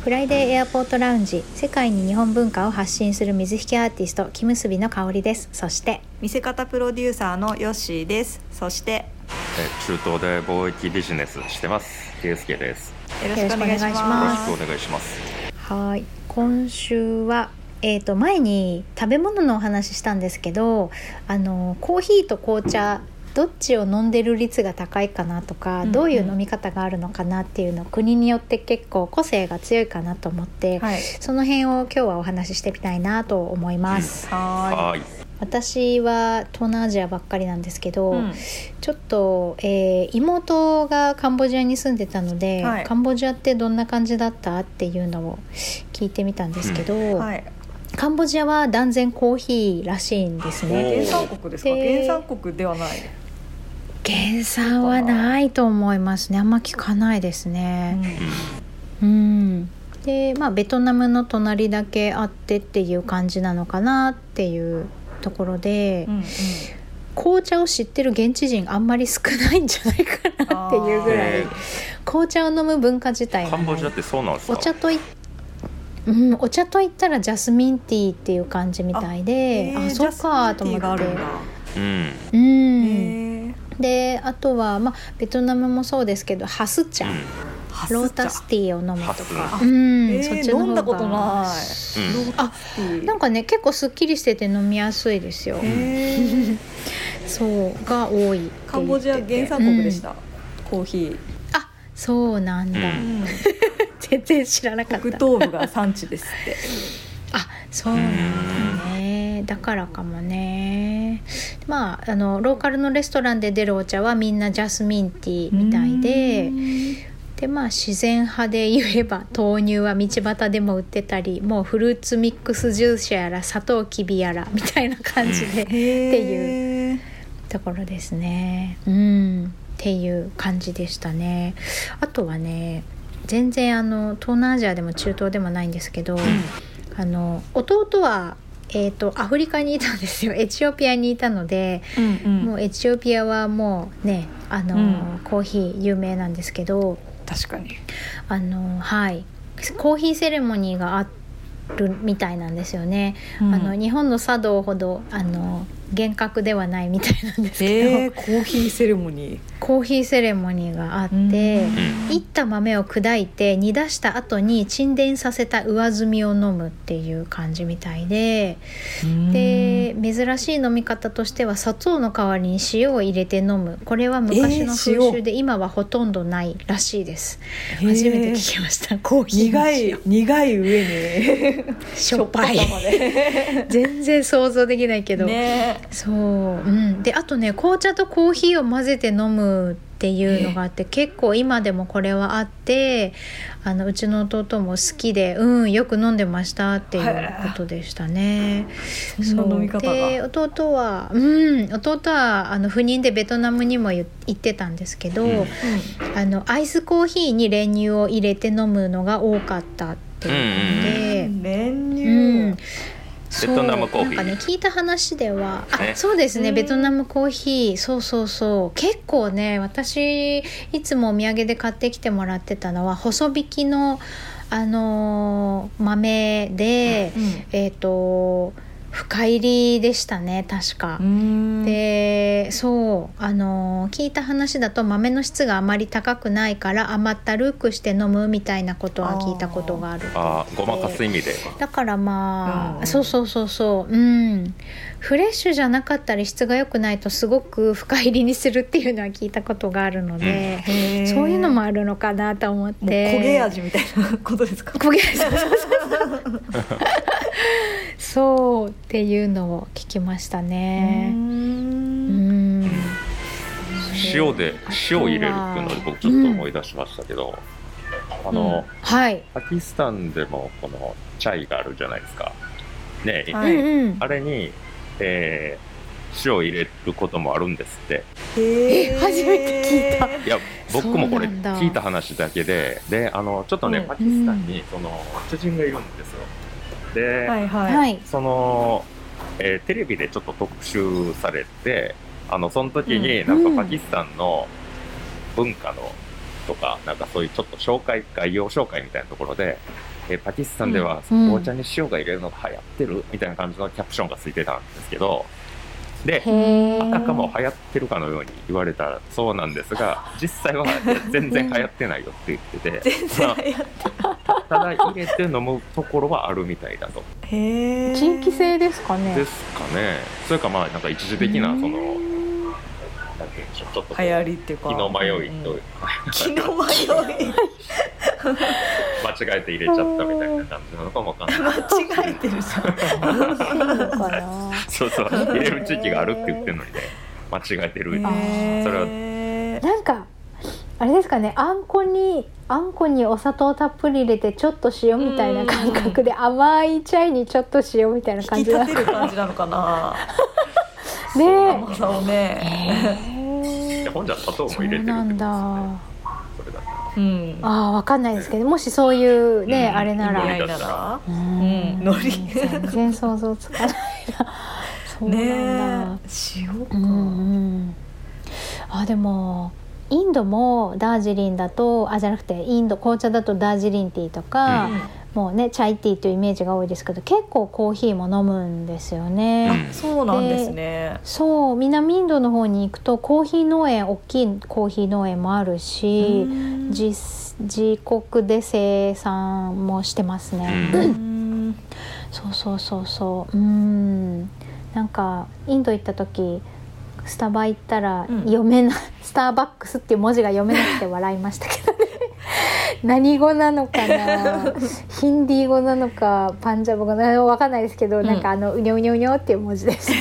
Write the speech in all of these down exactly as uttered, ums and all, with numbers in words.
フライデーエアポートラウンジ、世界に日本文化を発信する水引アーティスト木結びの香りです。そして見せ方プロデューサーのヨッシーです。そして中東で貿易ビジネスしてます圭介です。 よろしくお願いします。 よろしくお願いします。 はい、今週はえー、と前に食べ物のお話ししたんですけど、あのコーヒーと紅茶どっちを飲んでる率が高いかなとか、うんうん、どういう飲み方があるのかなっていうのを国によって結構個性が強いかなと思って、はい、その辺を今日はお話ししてみたいなと思います、 うん、はい。 私は東南アジアばっかりなんですけど、うん、ちょっと、えー、妹がカンボジアに住んでたので、はい、カンボジアってどんな感じだったっていうのを聞いてみたんですけど、うんはい、カンボジアは断然コーヒーらしいんですね。 原産国ですか？原産国ではない。 原産はないと思いますね。あんま聞かないですね、うん、うんで、まあ、ベトナムの隣だけあってっていう感じなのかなっていうところで、うんうん、紅茶を知ってる現地人あんまり少ないんじゃないかなっていうぐらい紅茶を飲む文化自体がない。 カンボジアってそうなんですか？ お茶というん、お茶といったらジャスミンティーっていう感じみたいで、あ、あ、そうかと思って、うん、うんであとは、まあ、ベトナムもそうですけどハス茶、うん、ロータスティーを飲むとか、うん、えー、そっちの方が飲んだことない、うん、あ、なんかね結構すっきりしてて飲みやすいですよ、えー、そうが多い。 カンボジア原産国でした、うん、コーヒー。 あ、そうなんだ、うん、全然知らなかった。 北東部が産地ですってあ、そうなんだね。だからかもね。まあ、あのローカルのレストランで出るお茶はみんなジャスミンティーみたいで、で、まあ、自然派で言えば豆乳は道端でも売ってたり、もうフルーツミックスジュースやらサトウキビやらみたいな感じで、うん、っていうところですね、うん、っていう感じでしたね。あとはね、全然あの東南アジアでも中東でもないんですけど、うん、あの弟はえー、とアフリカにいたんですよ。エチオピアにいたので、うんうん、もうエチオピアはもうね、あの、うん、コーヒー有名なんですけど、 確かにあの、はい、コーヒーセレモニーがあるみたいなんですよね、うん、あの日本の茶道ほどあの厳格ではないみたいなんですけど、 えー、コーヒーセレモニーコーヒーセレモニーがあって、うん、いった豆を砕いて煮出した後に沈殿させた上澄みを飲むっていう感じみたいで、うん、で珍しい飲み方としては砂糖の代わりに塩を入れて飲む。これは昔の風習で、えー、今はほとんどないらしいです。初めて聞きました。コーヒー苦い苦い上にしょっぱい全然想像できないけど、ね、そう、うん、であとね、紅茶とコーヒーを混ぜて飲むっていうのがあって、結構今でもこれはあって、あのうちの弟も好きで、うん、よく飲んでましたっていうことでしたね。 そんな飲み方が。 で弟は、うん、弟はあの赴任でベトナムにも行ってたんですけど、うん、あのアイスコーヒーに練乳を入れて飲むのが多かったっていうので、 うん、練乳、 うん、 ベトナムコーヒー、 なんかね、聞いた話では、あ、ね、そうですね、ベトナムコーヒー、そうそうそう、結構ね、私いつもお土産で買ってきてもらってたのは細引きの、あのー、豆で、うん、えっと深入りでしたね、確か。で、そう、あの聞いた話だと豆の質があまり高くないから甘ったるくして飲むみたいなことは聞いたことがある。 ああ、ごまかす意味で。 だからまあ、そうそうそうそう、うん、フレッシュじゃなかったり質が良くないとすごく深入りにするっていうのは聞いたことがあるので、うん、そういうのもあるのかなと思って。 焦げ味みたいなことですか？ 焦げ味、そうそうそうそうっていうのを聞きましたね。うーん、 塩で塩を入れるっていうので僕ちょっと思い出しましたけど、うん、あの、 うん、はい、 パキスタンでもこのチャイがあるじゃないですかね、 はい、 あれに、えー、塩を入れることもあるんですって。 えー、初めて聞いた。 いや、僕もこれ聞いた話だけで、で、あのちょっとね、うん、パキスタンにその知人がいるんですよ。で、はいはい、その、えー、テレビでちょっと特集されて、あのその時になんかパキスタンの文化のとか、なんかそういうちょっと紹介、概要紹介みたいなところで、 えパキスタンでは紅茶に塩が入れるのが流行ってるみたいな感じのキャプションがついてたんですけど、であたかも流行ってるかのように言われたそうなんですが、実際は全然流行ってないよって言ってて全然流行ってまあ、ただ入れて飲むところはあるみたいだと。 へー、地域性ですかね。 ですかね。それかまあなんか一時的なそのなんていうんでしょう、ちょっと流行りっていうか気の迷いと、うん、 気の迷い間違えて入れちゃったみたいな感じなのかもわかんない。 間違えてるじゃんそうそう、入れる地域があるって言ってるのにね、間違えてる。それはなんかあれですかね、あんこにあんこにお砂糖たっぷり入れてちょっと塩みたいな感覚で、甘いチャイにちょっと塩みたいな感じなのかな。 引き立てる感じなのかなねえ、 甘さをね。 いや、ほんじゃ砂糖も入れてるってことですね。それだうん、ああ、わかんないですけど、もしそういうね、うん、あれなら、 海苔なら、うん、海苔全然想像つかないな。そうなんだ。 ね、塩か。うんうん、あ、でもインドもダージリンだと、あ、じゃなくてインド紅茶だとダージリンティーとか、うん、もうねチャイティーというイメージが多いですけど、結構コーヒーも飲むんですよね。 あ、そうなんですね。 そう、南インドの方に行くとコーヒー農園、大きいコーヒー農園もあるし、自, 自国で生産もしてますね。うんそうそうそうそう、うん、なんかインド行った時スタバ行ったら読めな、うん、スターバックスっていう文字が読めなくて笑いましたけどね何語なのかなヒンディー語なのかパンジャブ語なのか分かんないですけど、うん、なんかあのうにょうにょうにょっていう文字です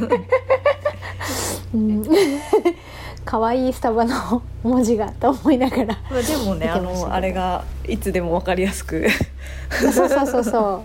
うん、かわいいスタバの文字がと思いながらでもね、あのあれがいつでも分かりやすくそうそうそうそう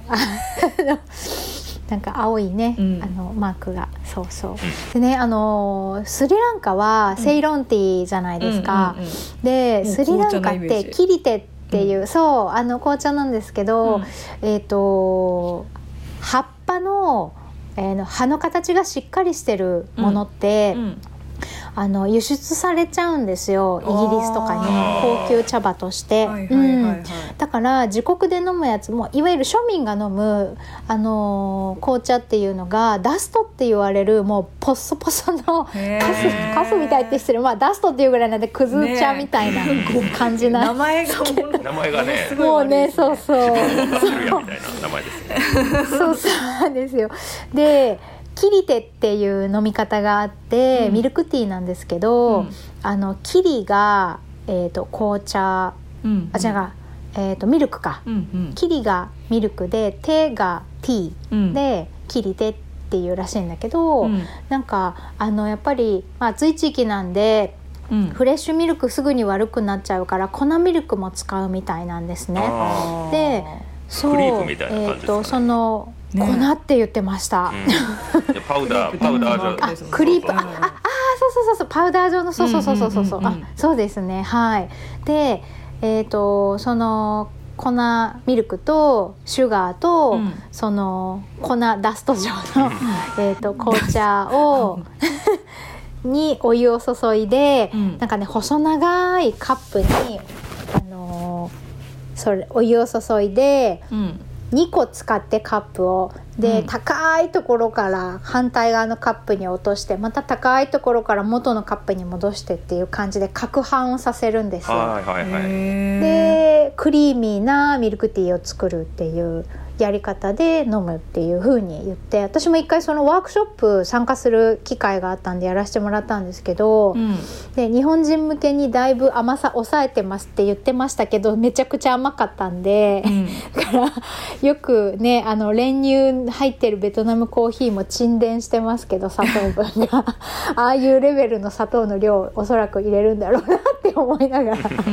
なんか青いね、うん、あのマークが、そうそうでね、あのスリランカはセイロンティーじゃないですか、うんうんうんうん、でスリランカってキリテっていう、うん、そうあの紅茶なんですけど、うん、えーと葉っぱの、えー、の葉の形がしっかりしてるものって、うんうんあの輸出されちゃうんですよ、イギリスとかに高級茶葉として、はいはいはいはい、うん、だから自国で飲むやつもいわゆる庶民が飲む、あのー、紅茶っていうのがダストって言われるもうポッソポソのカス、カスみたいってしてる、まあ、ダストっていうぐらいなんでくず茶みたいな感じな、 名前が名前がねもうね、そうそうみたいな名前ですねそうそうなんですよ。でキリテっていう飲み方があって、うん、ミルクティーなんですけど、うん、あのキリが、えーと、紅茶、うんうん、あ、じゃあ、えーと、ミルクか、うんうん、キリがミルクでテがティーで、うん、キリテっていうらしいんだけど、うん、なんかあのやっぱり、まあ、暑い地域なんで、うん、フレッシュミルクすぐに悪くなっちゃうから粉ミルクも使うみたいなんですね。で、そう、 クリームみたいな感じですかね。 えーと、その粉って言ってました、 うん、パウダーパウダー状、 あ、クリーム、ああそうそうそうそう、パウダー状の、そうそうそうそうそうそう、あ、そうですね、はい。で、えっとその粉ミルクとシュガーと、うん、その粉ダスト状のえと紅茶をにお湯を注いで、うん、なんかね細長いカップにあのー、それお湯を注いで。うん、にこ使ってカップをで、うん、高いところから反対側のカップに落としてまた高いところから元のカップに戻してっていう感じで攪拌をさせるんですよ、はいはいはい、でクリーミーなミルクティーを作るっていうやり方で飲むっていう風に言って、私も一回そのワークショップ参加する機会があったんでやらせてもらったんですけど、うん、で日本人向けにだいぶ甘さ抑えてますって言ってましたけどめちゃくちゃ甘かったんで、うん、だからよくねあの練乳入ってるベトナムコーヒーも沈殿してますけど砂糖分がああいうレベルの砂糖の量をおそらく入れるんだろうなって思いながらうん、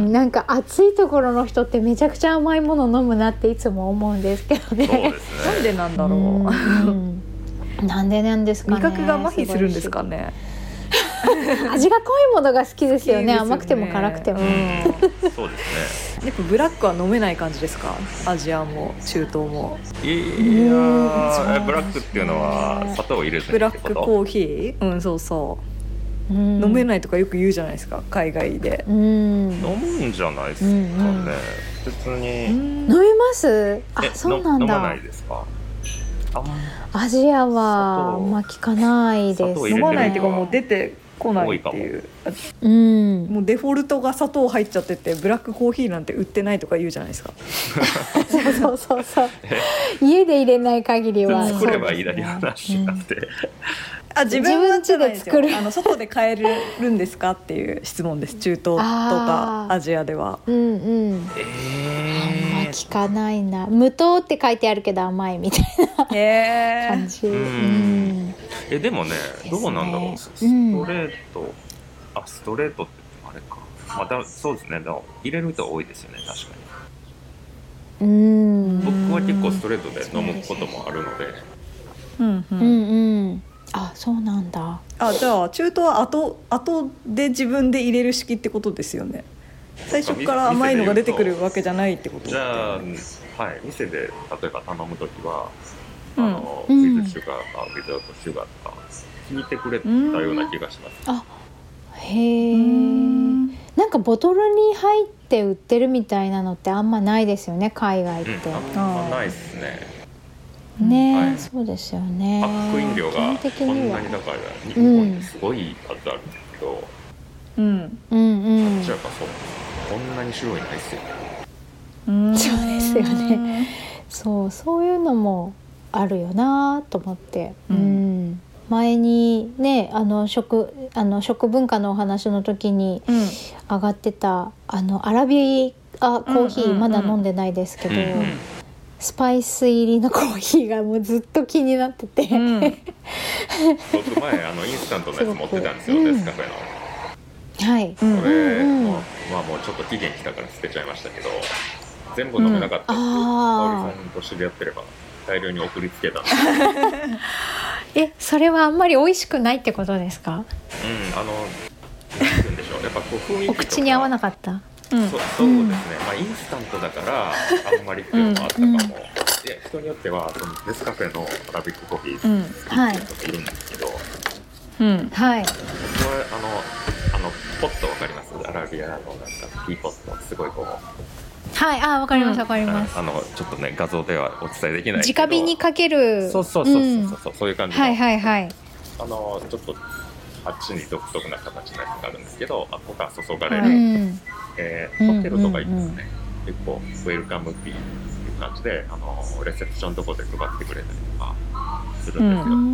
なんか暑いところの人ってめちゃくちゃ甘いもの飲むなっていつも思うんですけどね。 そうですね。 なんでなんだろう。 うんうん、なんでなんですかね。 味覚が麻痺するんですかね。 味が濃いものが好きですよね。甘くても辛くても。うん、 そうですね。 やっぱブラックは飲めない感じですか？アジアも中東も。 いやブラックっていうのは砂糖を入れずにってこと？ ブラックコーヒー？うん、そうそう。 飲めないとかよく言うじゃないですか、海外で。 うん飲むんじゃないですかね、うんうん、別に飲みます？あ、そうなんだ。 飲まないですか？ アジアはあんま聞かないですね。 飲まないっていうかもう出てこないっていう、 うん、 もうデフォルトが砂糖入っちゃっててブラックコーヒーなんて売ってないとか言うじゃないですか。 そうそうそうそう家で入れない限りは作ればいいだけ話になって、うん、 あ自分はじゃないですよ。あの外で買えるんですかっていう質問です。中東とかアジアでは。 うんうん。えー、あんま聞かないな。無糖って書いてあるけど甘いみたいな感じ。うんうん、 えでもね、どうなんだろう。ストレート、うん、あストレートってあれか。またそうですね。でも入れる人多いですよね、確かに。うん。僕は結構ストレートで飲むこともあるので。 うんうんうんうん。あ、そうなんだ。 あ、じゃあ中東は後後で自分で入れる式ってことですよね。最初から甘いのが出てくるわけじゃないってことじゃあ、はい、店で例えば頼むときは、うん、あの、うん、ウィズシュガーかウィズアウトシュガーか聞いてくれたような気がします。 あ、へえ。なんかボトルに入って売ってるみたいなのってあんまないですよね、海外って。うん、 あんまないですね。 ね、 はい、 そうですよね。 パック飲料がこんなにだから日本にすごい数あるんですけど、 うんうんうん、 こっちはやっぱそうこんなに種類ないですよね。 うん、そうですよね。そうそういうのもあるよなと思って、うんうん、前にねあの 食, あの食文化のお話の時に上がってた、あのアラビアコーヒー、うんうんうん、まだ飲んでないですけど。うんうんスパイス入りのコーヒーがもうずっと気になってて、うん、 僕前あのインスタントのやつ持ってたんですよ、ネスカフェの。 はい。 それ、うんうん、まあもうちょっと期限来たから捨てちゃいましたけど、全部飲めなかったんで、香織さんと知り合ってれば大量に送りつけたんですえ、それはあんまり美味しくないってことですか？うん、 あの何て言うんでしょう、やっぱこう雰囲気とかお口に合わなかった。 うん、そ, そうですね、うんまあ、インスタントだからあんまりっていうのもあったかも、うん、で人によってはそのネスカフェのアラビックコーヒー好きっていう人がいるんですけど、 うんはい、 これあのあのポットわかります？アラビアのなんかティーポットすごいこうはい、あわかりますわかります、 うん、あのちょっとね画像ではお伝えできないけど直火にかけるそうそうそうそうそう、うん、そういう感じのはいはいはいあのちょっとあっちに独特な形のやつがあるんですけど、あここから注がれる、うんえー、ホテルとか行くとね、うんうんうん、結構ウェルカムティーっていう感じであのレセプションとかで配ってくれたりとかするんですよ、うん、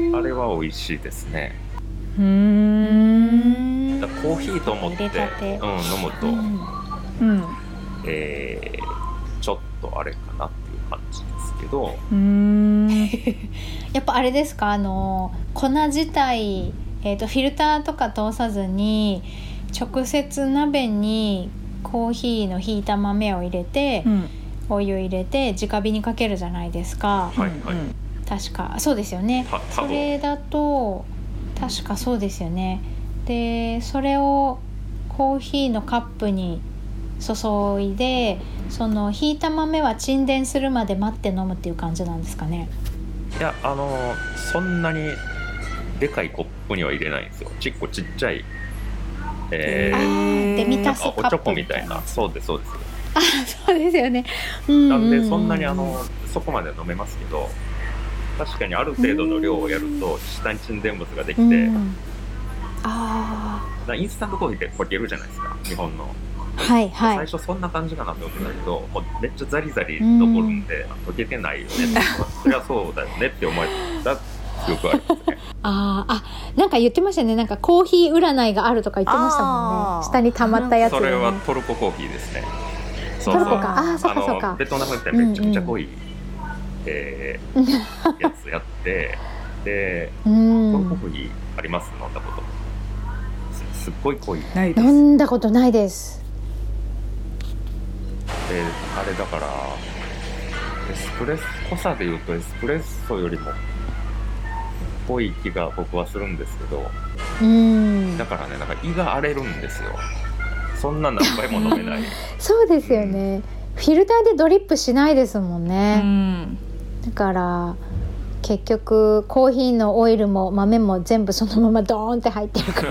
あれは美味しいですね。うーんだコーヒーと思って、うん、飲むと、うんうんえー、ちょっとあれかなっていう感じですけど、うーんやっぱあれですか、あの粉自体、えーと、フィルターとか通さずに直接鍋にコーヒーのひいた豆を入れて、うん、お湯入れて直火にかけるじゃないですか、 はいはい、 確かそうですよね。それだと確かそうですよね。でそれをコーヒーのカップに注いでそのひいた豆は沈殿するまで待って飲むっていう感じなんですかね。 いやあのそんなにでかいコップには入れないんですよ。ちっこちっちゃい、 えー、デミタスカップおチョコみたいな。そうですそうです。 あそうですよね、うんうんうん、 なんでそんなにあのそこまで飲めますけど、確かにある程度の量をやると下に沈殿物ができて、うん、あインスタントコーヒーって溶けるじゃないですか、日本の。 はいはい、 最初そんな感じかなって思ってたけど、もうめっちゃザリザリ残るんで、うん、溶けてないよねってそれはそうだよねって思えた記憶ありますね。 ああ、なんか言ってましたね。なんかコーヒー占いがあるとか言ってましたもんね。下に溜まったやつ、ね、 それはトルココーヒーですね。 そうそうトルコか。ああ、そうかそうか。 ベトナムってめちゃくちゃ濃い、うんうんえー、やつやってで、うん、トルココーヒーあります？飲んだことす、すっごい濃い。 ないです。飲んだことないです。 であれだからエスプレッソ濃さでいうとエスプレッソよりも濃い気が僕はするんですけど、うんだからねなんか胃が荒れるんですよ。そんな何杯も飲めない。 そうですよね、うん、フィルターでドリップしないですもんね、うん、だから結局コーヒーのオイルも豆も全部そのままドーンって入ってるから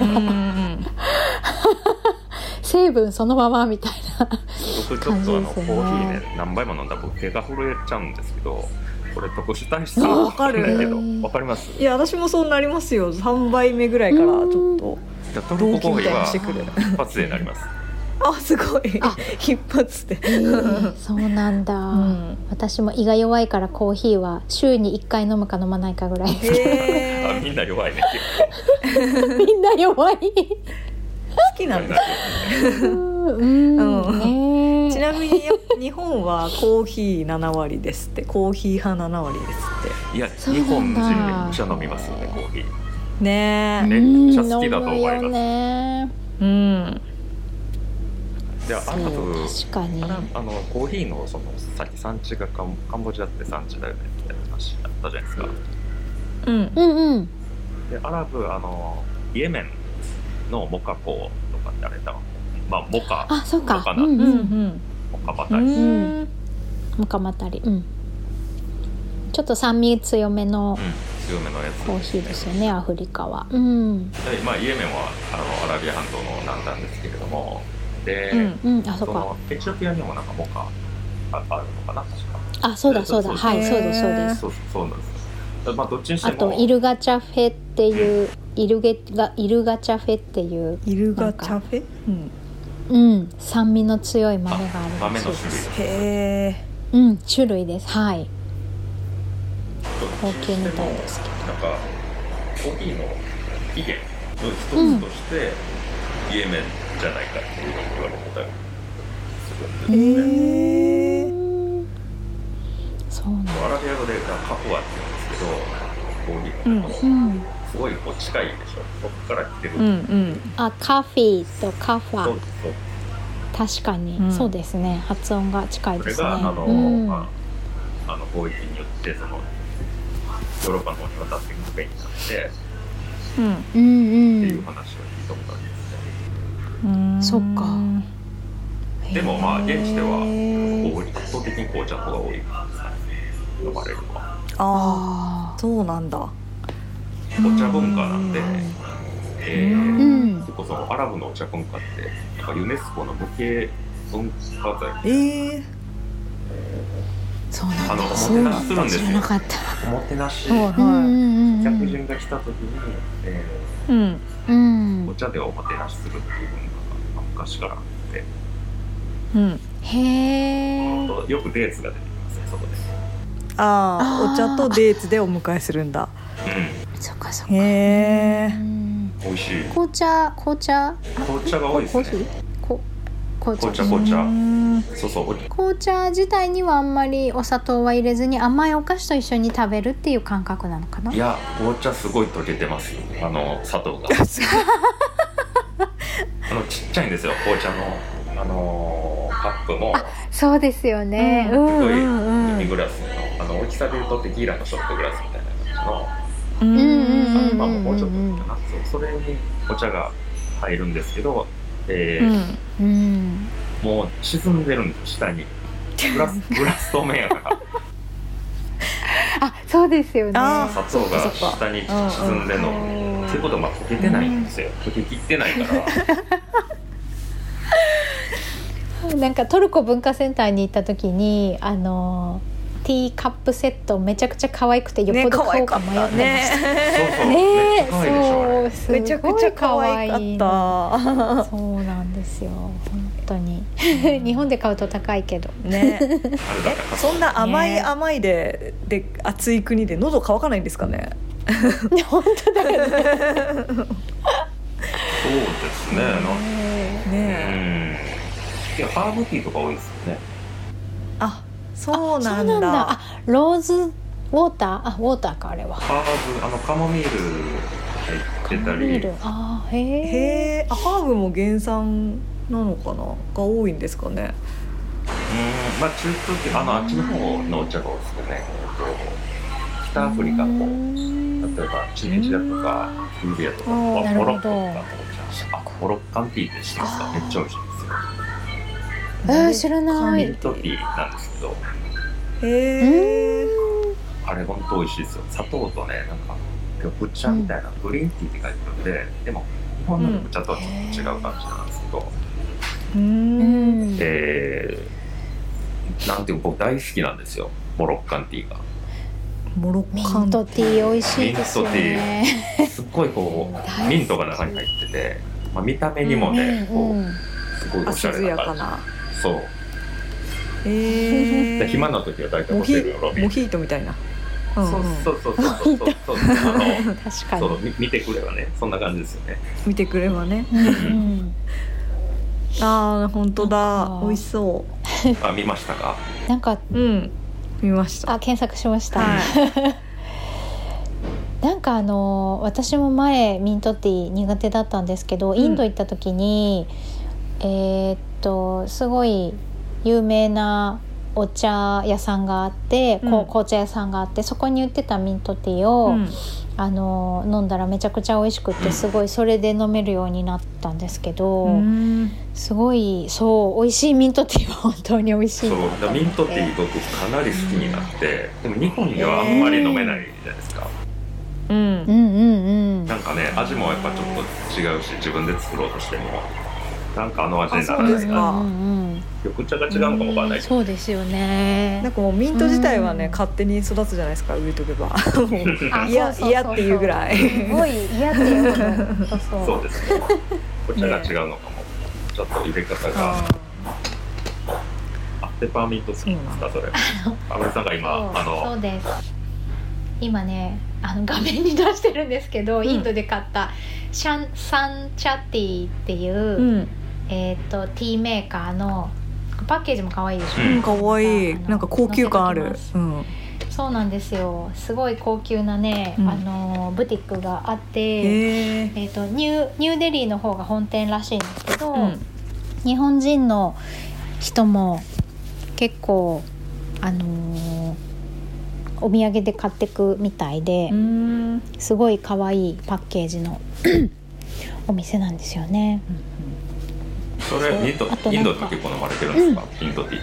成分そのままみたいな僕ちょっとあのコーヒーね何杯も飲んだら僕手が震えちゃうんですけど、これ特殊体質なんだけどわかります？ いや私もそうなりますよ。さんばいめぐらいからちょっとトルココーヒーは一発でなります。 あ、すごい一発で、 えー、そうなんだ、うん、私も胃が弱いからコーヒーは週にいっかい飲むか飲まないかぐらいです、 えー、あみんな弱いねみんな弱い好きなんだうん、うんね、ちなみに日本はコーヒーななわりですって。コーヒー派ななわりですって。 いや日本人めっちゃ飲みますよねコーヒーねえ、 めっちゃ好きだと思います。 ね、 うんであと確かにあのコーヒーのそのさっき産地がカン、カンボジアって産地だよねみたいな話あったじゃないですか。 うんうんうん。 でアラブあのイエメンのモカ港とかってあれだ、まあモカあそうかモカナ、 うんうんうん、 モカバタリ、うん、 モカバタリ、うん、ちょっと酸味強めの、 うん強めのやつコーヒーですよねアフリカは。うん。 でまあイエメンはあのアラビア半島の南端ですけれども。で、 うんうん、あそそのエチオピアにもなんかモカ あ, あるのかな確か。 あ、そうだそうだ、はい、そうですそうです。 そうそうなんです。まあどっちにしても。 あとイルガチャフェっていう、うん、イルゲがイルガチャフェっていうイルガチャフェ、 うん、うん、酸味の強い豆があるんです。 豆の種類です。 へえ。 うん、種類です。はい。高級みたいですけど。 なんかコーヒーの起源の一つとして、うん、イエメンじゃないかっていうふうに言われてたりするんですよね。 へー、そうなんだ。 アラビア語でカフワって言うんですけど、コーヒーの、うん、すごいこう近いでしょ。そこから来てる。うんうん、 あ、カフィーとカファ。そうそう。 確かに、うん、そうですね。発音が近いですね。 それがあの、うんまあ、あの貿易によってそのヨーロッパの方に渡っていくスペインになって、うん、っていう話を聞いたことありますね。 うん、そっか。 でもまあ現地では圧倒的に紅茶の方が多いですね、飲まれるのは。 ああ、そうなんだ。 お茶文化なんで、えー、うん、それこそアラブのお茶文化ってユネスコの無形文化財。 えー、 そうなんだ。 あのおもてなしするんですよ。 知らなかった。 おもてなし、 はいはい、 客人が来た時に、えーうんうん、 お茶でおもてなしするっていう文化が昔からあって、 うん、 へえ。 よくデーツが出てきますね、そこで。 ああ、お茶とデーツでお迎えするんだ。 うん、そっかそっか。 へえ。 美味しい。 紅茶紅茶紅茶が多いですね。 こ紅茶紅茶紅茶。そうそう。 紅茶自体にはあんまりお砂糖は入れずに甘いお菓子と一緒に食べるっていう感覚なのかな。 いや、紅茶すごい溶けてます。あの砂糖が。あのちっちゃいんですよ、紅茶のあのカップも。 そうですよね。 すごいミニグラスのあの大きさでいうとテキーラのショットグラスみたいな感じの。うんうんうん。まあもうちょっとかな。そう、それにお茶が入るんですけど、えーうん、もう沈んでるんです下に。グラスグラス透明やから。 あ、そうですよね。 砂糖が下に沈んでるの。っていうことはまあ溶けてないんですよ。溶けきってないから。 なんかトルコ文化センターに行った時にあのティーカップセットめちゃくちゃ可愛くてよっぽど買おうか迷ってました。 ね、 そう、 めちゃくちゃ可愛かった。 そうなんですよ、本当に。日本で買うと高いけどね。そんな甘い甘いでで暑い国で喉乾かないんですかね。 本当だよね。そうですね。 ね。 いや、ハーブティーとか多いですよね。 あ、そうなんだ。 そうなんだ。あ、ローズウォーター、あ、ウォーターかあれは。 ハーブ、あのカモミール入ってたり。 あ、へえ。 へえ。あ、ハーブも原産なのかな、が多いんですかね。 うん、まあ中東ってあのあっちの方のお茶が多いですよね。北アフリカの例えばチュニジアとかリビアとかモロッコとかのお茶、あ、モロッカンティーって知ってますか？めっちゃ美味しいですよ。 えー、知らない。 ミントティーなんですけど、 へえ。 あれ本当美味しいですよ。砂糖とね、なんか緑茶みたいな、うん、グリーンティーって書いてるんで、でも日本の緑茶とはちょっと違う感じなんですけど、うん、えー、なんていうか僕大好きなんですよ、モロッカンティーが。 モロッカンミントティー美味しいですよね。 ミントティーすっごいこうミントが中に入ってて、まあ、見た目にもね、うんうん、こうすごいおしゃれな感じ。なそう、えー、で暇な時は大体ホテルのロビーモヒートみたいな、 うんうん、そうそうそうそうそうそうそう確かにそう見てくればね、そんな感じですよね。 見てくればね、うんうん、あー本当だ、美味しそう。 あ、見ましたか？ なんか、 うん見ました。 あ、検索しました、はい、なんかあの私も前ミントティー苦手だったんですけど、インド行った時に、うん、えー、っとすごい有名なお茶屋さんがあって、うん、紅茶屋さんがあって、そこに売ってたミントティーを、うん、あの飲んだらめちゃくちゃ美味しくって、すごいそれで飲めるようになったんですけど、うん、すごいそう美味しいミントティーは本当に美味しいなと思って。 そうミントティー僕かなり好きになって、うん、でも日本ではあんまり飲めないじゃないですか、 えー、うんうんうんうん、 なんかね味もやっぱちょっと違うし、自分で作ろうとしてもなんかあの味にならないな、うんうん、緑茶が違うのかもわからないけど、 そうですよね。 なんかもうミント自体はね、うん、勝手に育つじゃないですか、植えとけば嫌っていうぐらいすごい嫌っていうほどそうそうですね。お茶が違うのかも、ね、ちょっと入れ方があペパーミント好きですかそれ。阿部さんが今あのそうです。今ねあの画面に出してるんですけど、うん、インドで買ったシャンサンチャティっていう、うんえー、とティーメーカーのパッケージも可愛いでしょ、 うん、可愛いなんか高級感ある、うん、 そうなんですよ。すごい高級なね、うん、あのブティックがあって、えー、とニュー、ニューデリーの方が本店らしいんですけど、うん、日本人の人も結構あのー、お土産で買ってくみたいで、うんすごい可愛いパッケージのお店なんですよね、うんそれインド、インドって結構飲まれてるんですか、うん、インドティー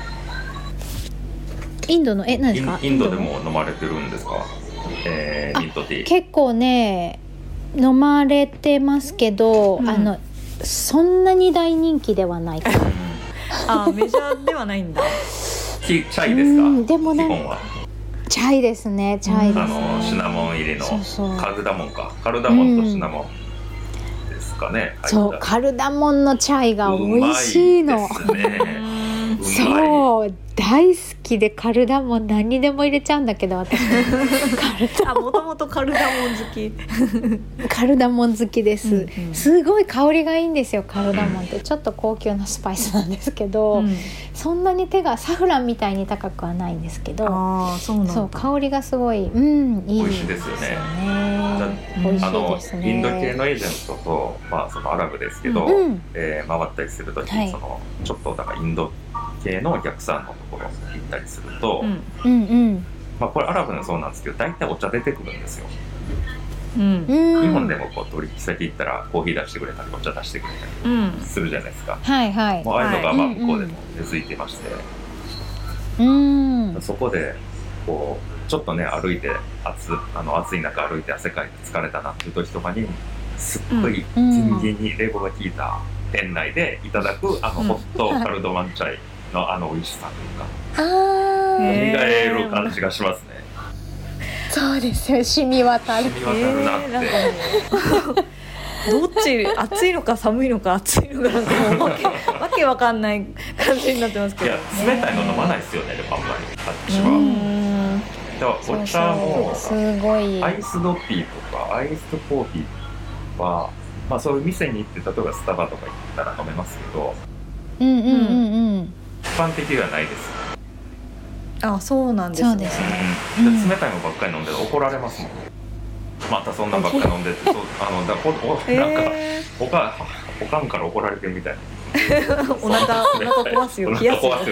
ってインドのえ何ですかインドでも飲まれてるんですか、えー、ミントティー結構ね飲まれてますけど、うん、あのそんなに大人気ではないかなあメジャーではないんだチャイですか、うん、 でもね基本はチャイですねチャイですね、 あのシナモン入りのそうそうカルダモンかカルダモンとシナモン、うんね、 そうカルダモンのチャイが美味しいの。うまいですねそう大好きでカルダモン何にでも入れちゃうんだけど私あもともとカルダモン好きカルダモン好きです、うんうん、すごい香りがいいんですよカルダモンってちょっと高級なスパイスなんですけど、うん、そんなに手がサフランみたいに高くはないんですけどあそうなんだそう香りがすごい、うん、いい美味しいですよね。 美味しいですね。 インド系のエージェントと、まあ、そのアラブですけど、うんえー、回ったりするとき、はい、そのちょっとだからインド系のお客さんのところに行ったりすると、うんうんうんまあ、これアラブのそうなんですけど大体お茶出てくるんですよ、うん、日本でもこう取引先行ったらコーヒー出してくれたりお茶出してくれたりするじゃないですか、うんはいはい、もうああいうのがまあ向こうでも根付いてまして、はいうんうん、そこでこうちょっとね歩いて 暑, あの暑い中歩いて汗かいて疲れたなっていう時とかにすっごい金銀に冷房が効いた店内でいただくあのホットカルドマンチャイのあの美味しさというか、蘇る感じがしますね。 そうですよ染み渡る染み渡るなって、えー、どっち暑いのか寒いのか暑いのかなんかもうわけわけわかんない感じになってますけど、 いや冷たいの飲まないですよねでもあんまりあっちは。だからお茶もすごいアイスドティーとかアイスコーヒーはまあそういう店に行って例えばスタバとか行ったら飲めますけど、うんうんうんうん一般的ではないです。 あ、そうなんですね。そうですね、 うん、冷たいのばっかり飲んで怒られますもん。またそんなばっかり飲んでて、そうあのだおおなんかおかおかんから怒られてるみたいな。 お腹お腹壊すよ、冷やすよって。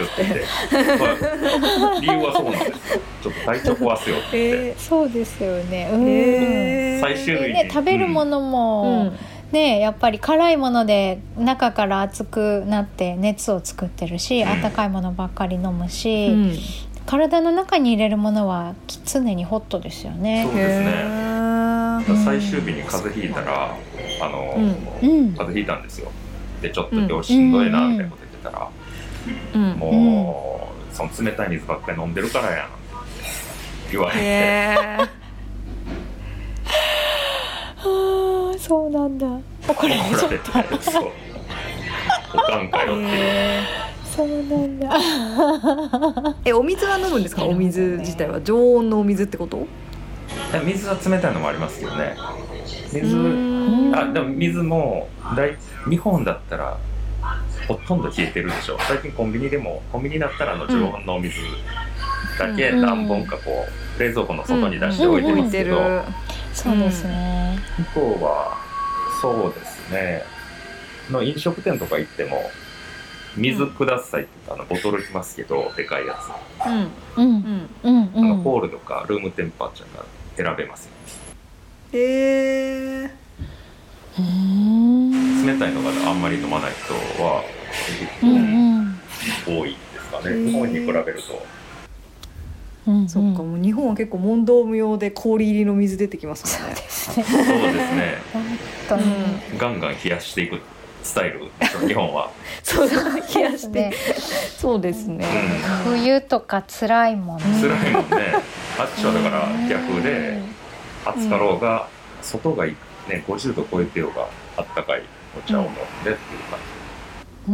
まあ、理由はそうなんですよ。ちょっと体調壊すよって。 えー、そうですよね。うんえー、最終日に、ね、食べるものも。うんね、やっぱり辛いもので中から熱くなって熱を作ってるし、うん、温かいものばっかり飲むし、うん、 体の中に入れるものは常にホットですよね。 そうですね。最終日に風邪ひいたら、あの、うん、風邪ひいたんですよ。でちょっと今日しんどいなみたいなこと言ってたら、うん、もう、うん、その冷たい水ばっかり飲んでるからやんって言われて。 はあ、そうなんだ。怒られちゃった。 そう。おかんかよっていう。 そうなんだ。 え、お水は飲むんですか？お水自体は常温のお水ってこと？ 水は冷たいのもありますけどね。水、あ、でも水も大日本だったらほとんど冷えてるでしょ。最近コンビニでもコンビニだったらあの常温のお水だけ何本かこう冷蔵庫の外に出しておいてますけど、 そうですね。 向こうはそうですね。の飲食店とか行っても水くださいって言ってあのボトルきますけど、でかいやつ。うんうんうんうん。あのホールとかルームテンパーチャーが選べますよ。 へえ。 冷たいのがあんまり飲まない人は、うんうん、多いですかね。日本に比べると。 うんうん、そっか、もう日本は結構問答無用で氷入りの水出てきますもんね。 そうですね。そうですね。うん、ガンガン冷やしていくスタイル日本は。 そうだ、冷やして。そうですね。 うん、冬とか辛いもんね。 辛いもんね。あっちはだから逆で、暑かろうが外がいい。ね、ごじゅうど超えてようがあったかいお茶を飲んでっていう感じ。うん、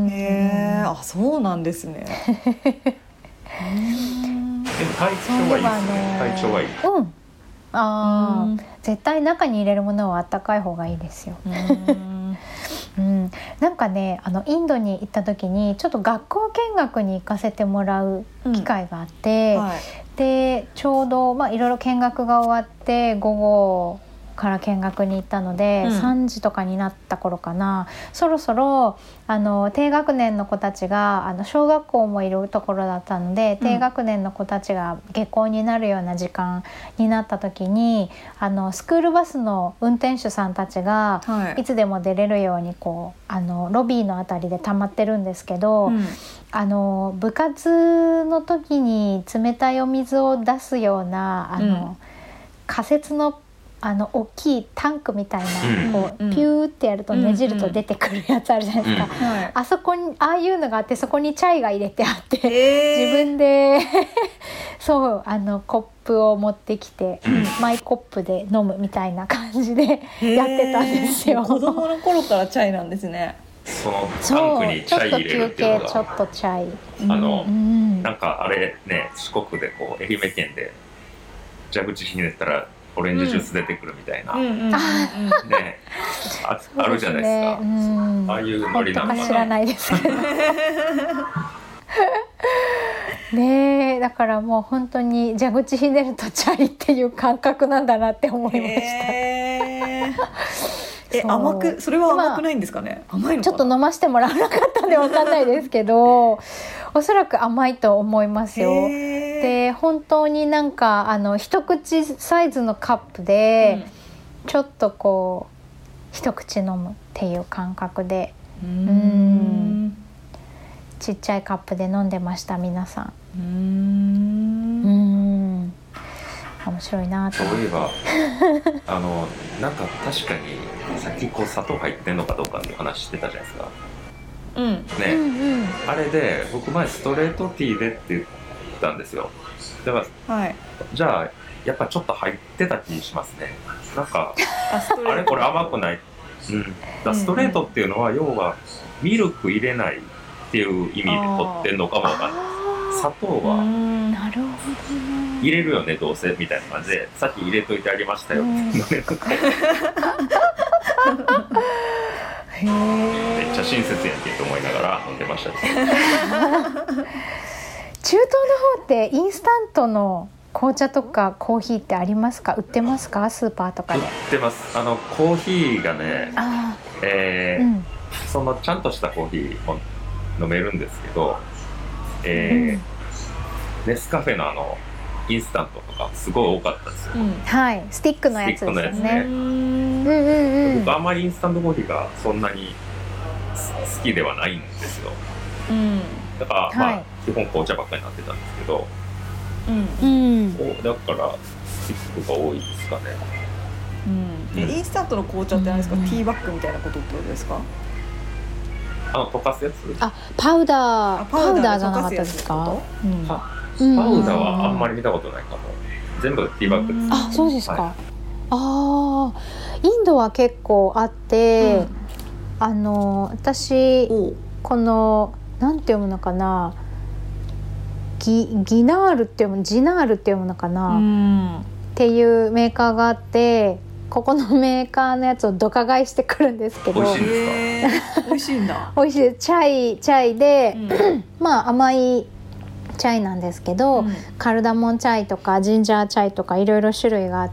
へえ、あ、そうなんですね。でも体調はいいですね。体調はいい。 うん。ああ、絶対中に入れるものはあったかい方がいいですよ。うんうん、なんかね、あのインドに行った時にちょっと学校見学に行かせてもらう機会があって、うん、はい、でちょうどまあいろいろ見学が終わって午後から見学に行ったので、うん、さんじとかになった頃かな、そろそろあの低学年の子たちがあの小学校もいるところだったので、低学年の子たちが下校になるような時間になった時に、あのスクールバスの運転手さんたちがいつでも出れるようにこうあのロビーのあたりで溜まってるんですけど、うん、あの部活の時に冷たいお水を出すようなあの、うん、仮設のあの大きいタンクみたいな、うん、こうピューってやるとねじると出てくるやつあるじゃないですか、うんうん、あそこにああいうのがあって、そこにチャイが入れてあって、自分でそうあのコップを持ってきて、うん、マイコップで飲むみたいな感じでやってたんですよ。 子供の頃からチャイなんですね。 そのタンクにチャイ入れるっていうのが、 ちょっと休憩、ちょっとチャイ、 あの、うん、なんかあれね、四国でこう愛媛県で蛇口ひねったらオレンジジュース出てくるみたいな、うん、ね、あ, あるじゃないですか。うん、ああいうノリなのかな。 知らないですねえ、だからもう本当に蛇口ひねるとチャイっていう感覚なんだなって思いました。 ええ、甘く、それは甘くないんですかね。 まあ、甘いのかな。ちょっと飲ませてもらわなかったんで分かんないですけどおそらく甘いと思いますよ。で本当になんかあの一口サイズのカップで、うん、ちょっとこう一口飲むっていう感覚で、うーん、うーん、ちっちゃいカップで飲んでました皆さん。うーん、うーん、面白いなと。 そういえばあのなんか確かにさっきこう砂糖入ってんのかどうかって話してたじゃないですか。うんね、うんうん、あれで僕前ストレートティーでって言ったんですよ。だから、はい、じゃあやっぱちょっと入ってた気しますね。なんか あ, あれこれ甘くない、うん、だストレートっていうのは要はミルク入れないっていう意味で取ってんのかもわかんない。砂糖はなるほど、ね、 入れるよねどうせみたいな感じで、さっき入れといてあげましたよって飲めるかへめっちゃ親切やんけと思いながら飲んでました中東の方ってインスタントの紅茶とかコーヒーってありますか？売ってますか？スーパーとかで。売ってます。あのコーヒーがね、あ、えーうん、そのちゃんとしたコーヒーも飲めるんですけど、えーうん、ネスカフェのあのインスタントとかすごい多かったですよ、うん、 はい、スティックのやつですよね。スティックのやつね。うんうんうん、僕あんまりインスタントコーヒーがそんなに好きではないんですよ、うん、だから、まあ、はい、基本紅茶ばっかりになってたんですけど、 うん、 だからスティックが多いですかね。 うんうん、インスタントの紅茶って何ですか、うん、ティーバッグみたいなことってことですか？ あの溶かすやつ？ あ、パウダー、パウダーじゃなかったですか？ うん、パウダーはあんまり見たことないかも。全部ティーバッグです。 あ、そうですか。はい、ああ、インドは結構あって、うん、あの私このなんて読むのかな、ギギナールって読むジナールって読むのかな、うん、っていうメーカーがあって、ここのメーカーのやつをドカ買いしてくるんですけど。 美味しいんですか？ 美味しいんだ。 美味しいです。チャイチャイで、うん、まあ甘いチャイなんですけど、うん、カルダモンチャイとかジンジャーチャイとかいろいろ種類があって、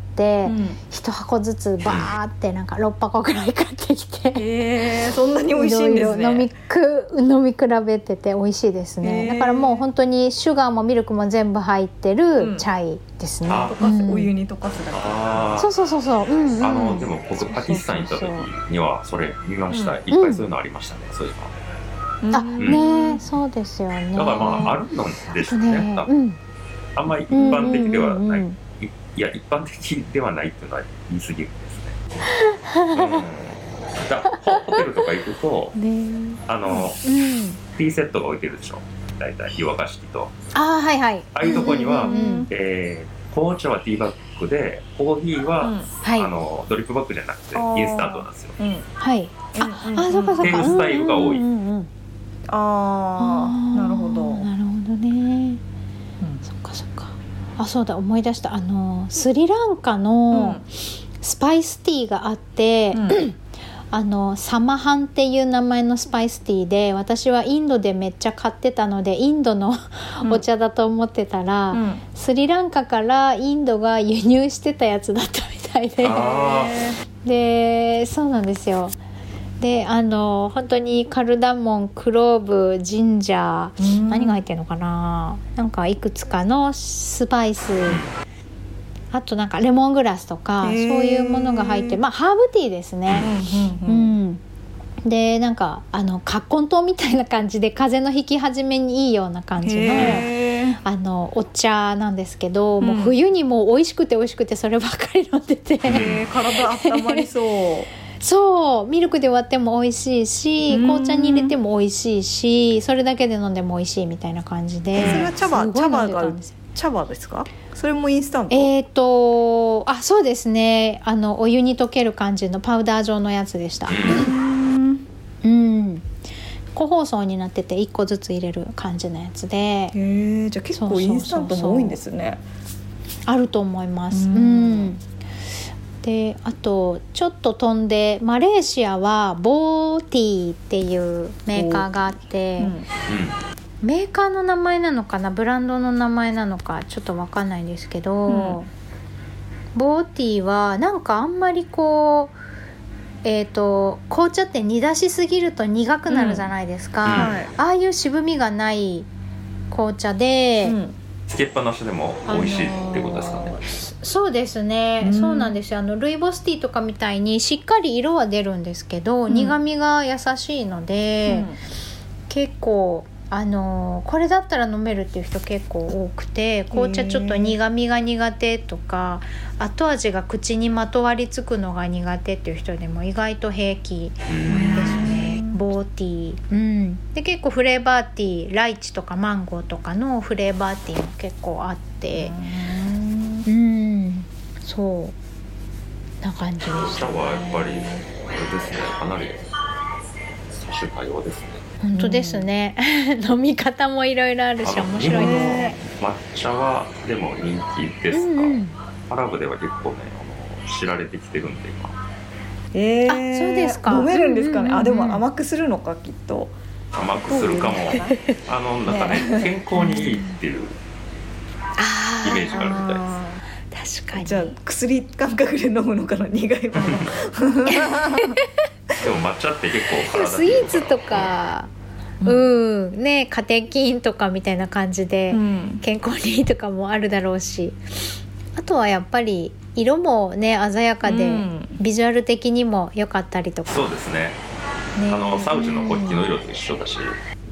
うん、いち箱ずつバーってなんかろっ箱くらい買ってきて、 えー、そんなに美味しいんですね。 いろいろ飲みく飲み比べてて美味しいですね、えー、だからもう本当にシュガーもミルクも全部入ってるチャイですね、うん、 溶かす、お湯に溶かすだけ。 そうそうそうそう、うんうん、 あのでも僕パキスタン行った時にはそれ見ました、うん、いっぱいそういうのありましたね、うん、そういうの。 あ、うん、ね、そうですよね。 だからまああるのですね、ね、うん、あんまり一般的ではない、うんうんうん、い, いや一般的ではないっていうのは言い過ぎるんですね、うん、だホテルとか行くと、ね、あの、うん、ティーセットが置いてるでしょ、だいたい湯沸かし器と。 あ、はいはい。 ああいうとこには、うんうんうん、えー、紅茶はティーバッグで、コーヒーは、うん、はい、あのドリップバッグじゃなくてインスタントなんですよ、うん、 はい、あ、うんうん、あ、そうかそうか、 っていうスタイルが多い、うんうんうん、 ああ、なるほどなるほどね、うん、そっかそっか。あ、そうだ、思い出した。あのスリランカのスパイスティーがあって、うん、あのサマハンっていう名前のスパイスティーで、私はインドでめっちゃ買ってたのでインドのお茶だと思ってたら、うん、スリランカからインドが輸入してたやつだったみたいで、で、そうなんですよ。で、あの本当にカルダモン、クローブ、ジンジャー、何が入ってるのかな、なんかいくつかのスパイス、あとなんかレモングラスとか、そういうものが入って、まあハーブティーですね、うんうんうん、でなんかあの葛根湯みたいな感じで風邪のひき始めにいいような感じのあのお茶なんですけど、うん、もう冬にもう美味しくて美味しくてそればっかり飲んでて、 体温まりそうそう、ミルクで割っても美味しいし、紅茶に入れても美味しいし、それだけで飲んでも美味しいみたいな感じで。 それは茶葉、茶葉が茶葉ですか？それもインスタント？ えーと、あ、そうですね。あのお湯に溶ける感じのパウダー状のやつでした。うん。個包装になってていっこずつ入れる感じのやつで。へえ、じゃあ結構インスタントも多いんですね。 あると思います。うん。うんで、あとちょっと飛んでマレーシアはボーティーっていうメーカーがあって、うん、メーカーの名前なのかな、ブランドの名前なのかちょっと分かんないんですけど、うん、ボーティーはなんかあんまりこう、えーと、紅茶って煮出しすぎると苦くなるじゃないですか、うんはい、ああいう渋みがない紅茶で、うん、 つけっぱなしでも美味しいってことですかね。 そうですね、うん、そうなんですよ。あのルイボスティーとかみたいにしっかり色は出るんですけど、うん、苦みが優しいので、うん、結構あのこれだったら飲めるっていう人結構多くて、紅茶ちょっと苦みが苦手とか後味が口にまとわりつくのが苦手っていう人でも意外と平気ですね、ボーティー、うん、で結構フレーバーティー、ライチとかマンゴーとかのフレーバーティーも結構あって、うん、そうな感じでしたね。 茶はやっぱりあれですね、かなり多種多様ですね。 本当ですね、うん、飲み方もいろいろあるし面白いですね。 抹茶はでも人気ですか？うんうん、アラブでは結構ねあの知られてきてるんで今。 えー、 あ、そうですか。 飲めるんですかね、うんうんうん、あでも甘くするのかきっと。 甘くするかもあのなんかね健康にいいっていうイメージがあるみたいです。確かに。 じゃあ薬感覚で飲むのかな、苦いものでも抹茶って結構体スイーツとか、うん、うん、ね、カテキンとかみたいな感じで健康にいいとかもあるだろうし、あとはやっぱり色もね鮮やかで、うん、ビジュアル的にも良かったりとか。 そうですね、ね、あのサウジの国旗の色と一緒だし、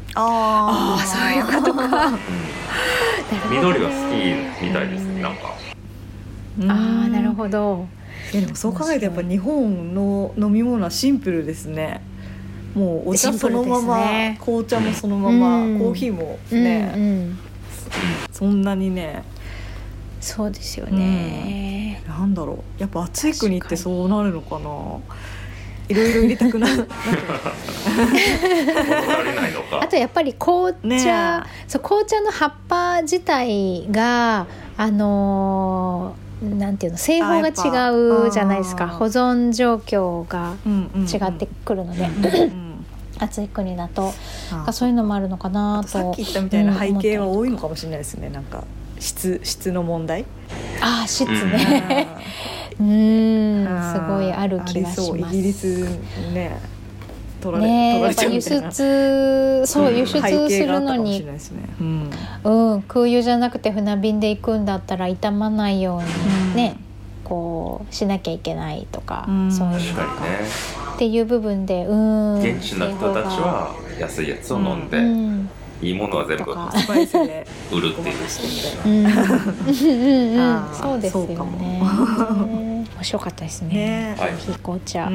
ああ、そういうことか、うん、 緑は好きみたいですね、なんか。 ああ、なるほど。 でもそう考えるとやっぱ日本の飲み物はシンプルですね。もうお茶そのまま、ね、紅茶もそのまま、うん、コーヒーもね、うんうん、そんなにね。 そうですよね、 うん、なんだろう、やっぱ暑い国ってそうなるのかな。いろいろ入れたくなるあとやっぱり紅茶、ね、そう紅茶の葉っぱ自体があのー、なんていうの、製法が違うじゃないですか。保存状況が違ってくるので、うんうんうん、暑い国だとそういうのもあるのかなと。 さっき言ったみたいな背景は多いのかもしれないですね。なんか質、質の問題。 ああ、質ね、うん、すごいある気がします。 イギリスね、取られ、 ね、 取られちゃうみたいな。 やっぱ輸出、そう、輸出するのに、うんうん、空輸じゃなくて船便で行くんだったら傷まないようにね、うん、こうしなきゃいけないとか、うん、そういうのとか、ね、っていう部分で、うん、 現地の人たちは安いやつを飲んで、うん、いいものは全部スパイスで売るっていううんうんうん、そうですよね。面白かったですね。コーヒー紅茶、うん、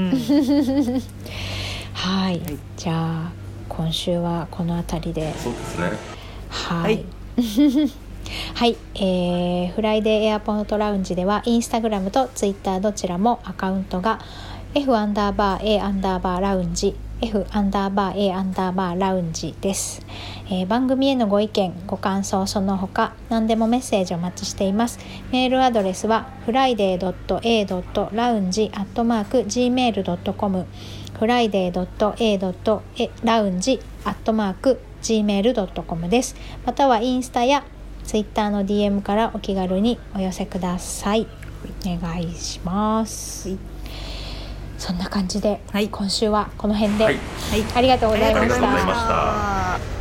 はい、じゃあ今週はこのあたりで。 そうですね。 はい、はい、えー、フライデーエアポートラウンジではインスタグラムとツイッターどちらもアカウントが F アンダーバー A アンダーバーラウンジF アンダーバー A アンダーバーラウンジです、えー、番組へのご意見ご感想その他何でもメッセージお待ちしています。メールアドレスは フライデー ドット エー ドット ラウンジ アットマーク ジーメール ドット コム フライデー ドット エー ドット ラウンジ アットマーク ジーメール ドット コム です。またはインスタやツイッターの ディーエム からお気軽にお寄せください。お願いします、はい、そんな感じで、はい、今週はこの辺で、はい、ありがとうございました。